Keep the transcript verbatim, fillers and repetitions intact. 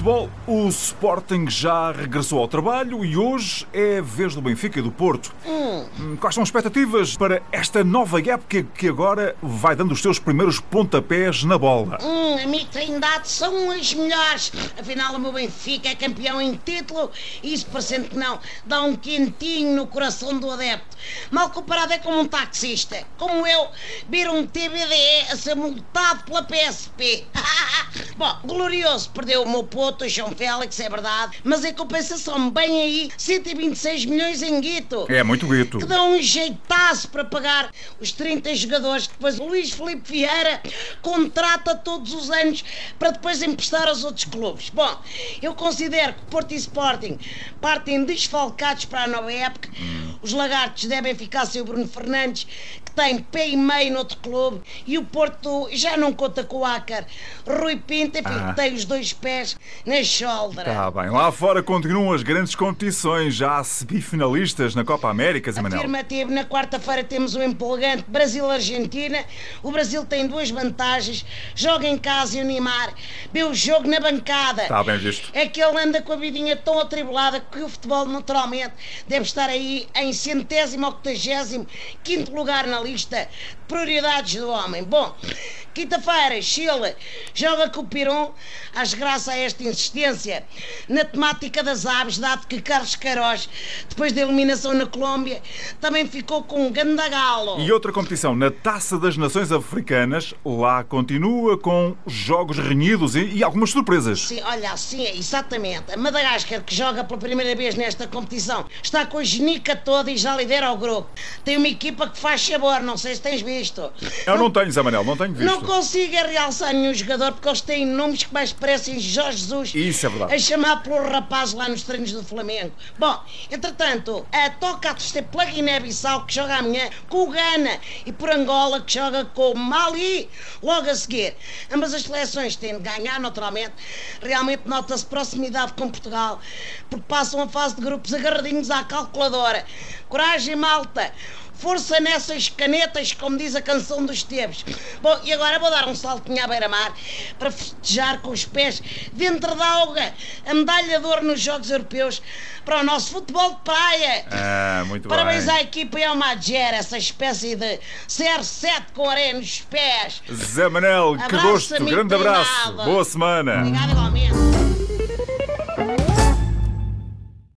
futebol, o Sporting já regressou ao trabalho e hoje é a vez do Benfica e do Porto. Hum. Quais são as expectativas para esta nova época que agora vai dando os seus primeiros pontapés na bola? Hum, amigo Trindade, são as melhores. Afinal, o meu Benfica é campeão em título e isso, parecendo que não, dá um quentinho no coração do adepto. Mal comparado é como um taxista, como eu, vir um T B D E a ser multado pela P S P. Bom, glorioso, perdeu o meu puto, o João Félix, é verdade, mas em compensação, bem aí, cento e vinte e seis milhões em guito. É muito guito. Que dão um jeitaço para pagar os trinta jogadores que depois o Luís Filipe Vieira contrata todos os anos para depois emprestar aos outros clubes. Bom, eu considero que Porto e Sporting partem desfalcados para a nova época. Hum. Os lagartos devem ficar sem o Bruno Fernandes, que tem pé e meio noutro clube, e o Porto já não conta com o Ácar. Rui Pinto, enfim, ah. tem os dois pés na shoulder. Está bem, lá fora continuam as grandes competições, já há semifinalistas na Copa América, Zé Manel. Afirmativo, na quarta-feira temos um empolgante Brasil-Argentina. O Brasil tem duas vantagens, joga em casa e o Neymar vê o jogo na bancada. Está bem visto. É que ele anda com a vidinha tão atribulada que o futebol naturalmente deve estar aí em centésimo, octagésimo, quinto lugar na lista de prioridades do homem. Bom, quinta-feira, Chile joga com o Peron, às graças a esta insistência na temática das aves, dado que Carlos Queiroz, depois da eliminação na Colômbia, também ficou com um gandagalo. E outra competição na Taça das Nações Africanas, lá continua com jogos renhidos e, e algumas surpresas. Sim, olha, sim, exatamente. A Madagascar, que joga pela primeira vez nesta competição, está com a genica toda e já lidera o grupo. Tem uma equipa que faz sabor, não sei se tens visto. Eu não, não tenho, Zé Manel, não tenho visto. Não consigo realçar nenhum jogador porque eles têm nomes que mais parecem Jorge Jesus. Isso é verdade. A chamar pelo rapaz lá nos treinos do Flamengo. Bom, entretanto, a toca a torcer pela Guiné-Bissau, que joga amanhã com o Ghana, e por Angola, que joga com o Mali logo a seguir. Ambas as seleções têm de ganhar, naturalmente. Realmente nota-se proximidade com Portugal, porque passam a fase de grupos agarradinhos à calculadora. Coragem, malta! Força nessas canetas, como diz a canção dos Teves. Bom, e agora vou dar um saltinho à beira-mar para festejar com os pés dentro da água a medalha de ouro nos Jogos Europeus para o nosso futebol de praia. Ah, muito Parabéns bem. à equipa e ao Madjer, essa espécie de C R sete com areia nos pés. Zé Manel, que Abraço, gosto, amigo grande abraço, treinado. boa semana. Obrigado igualmente.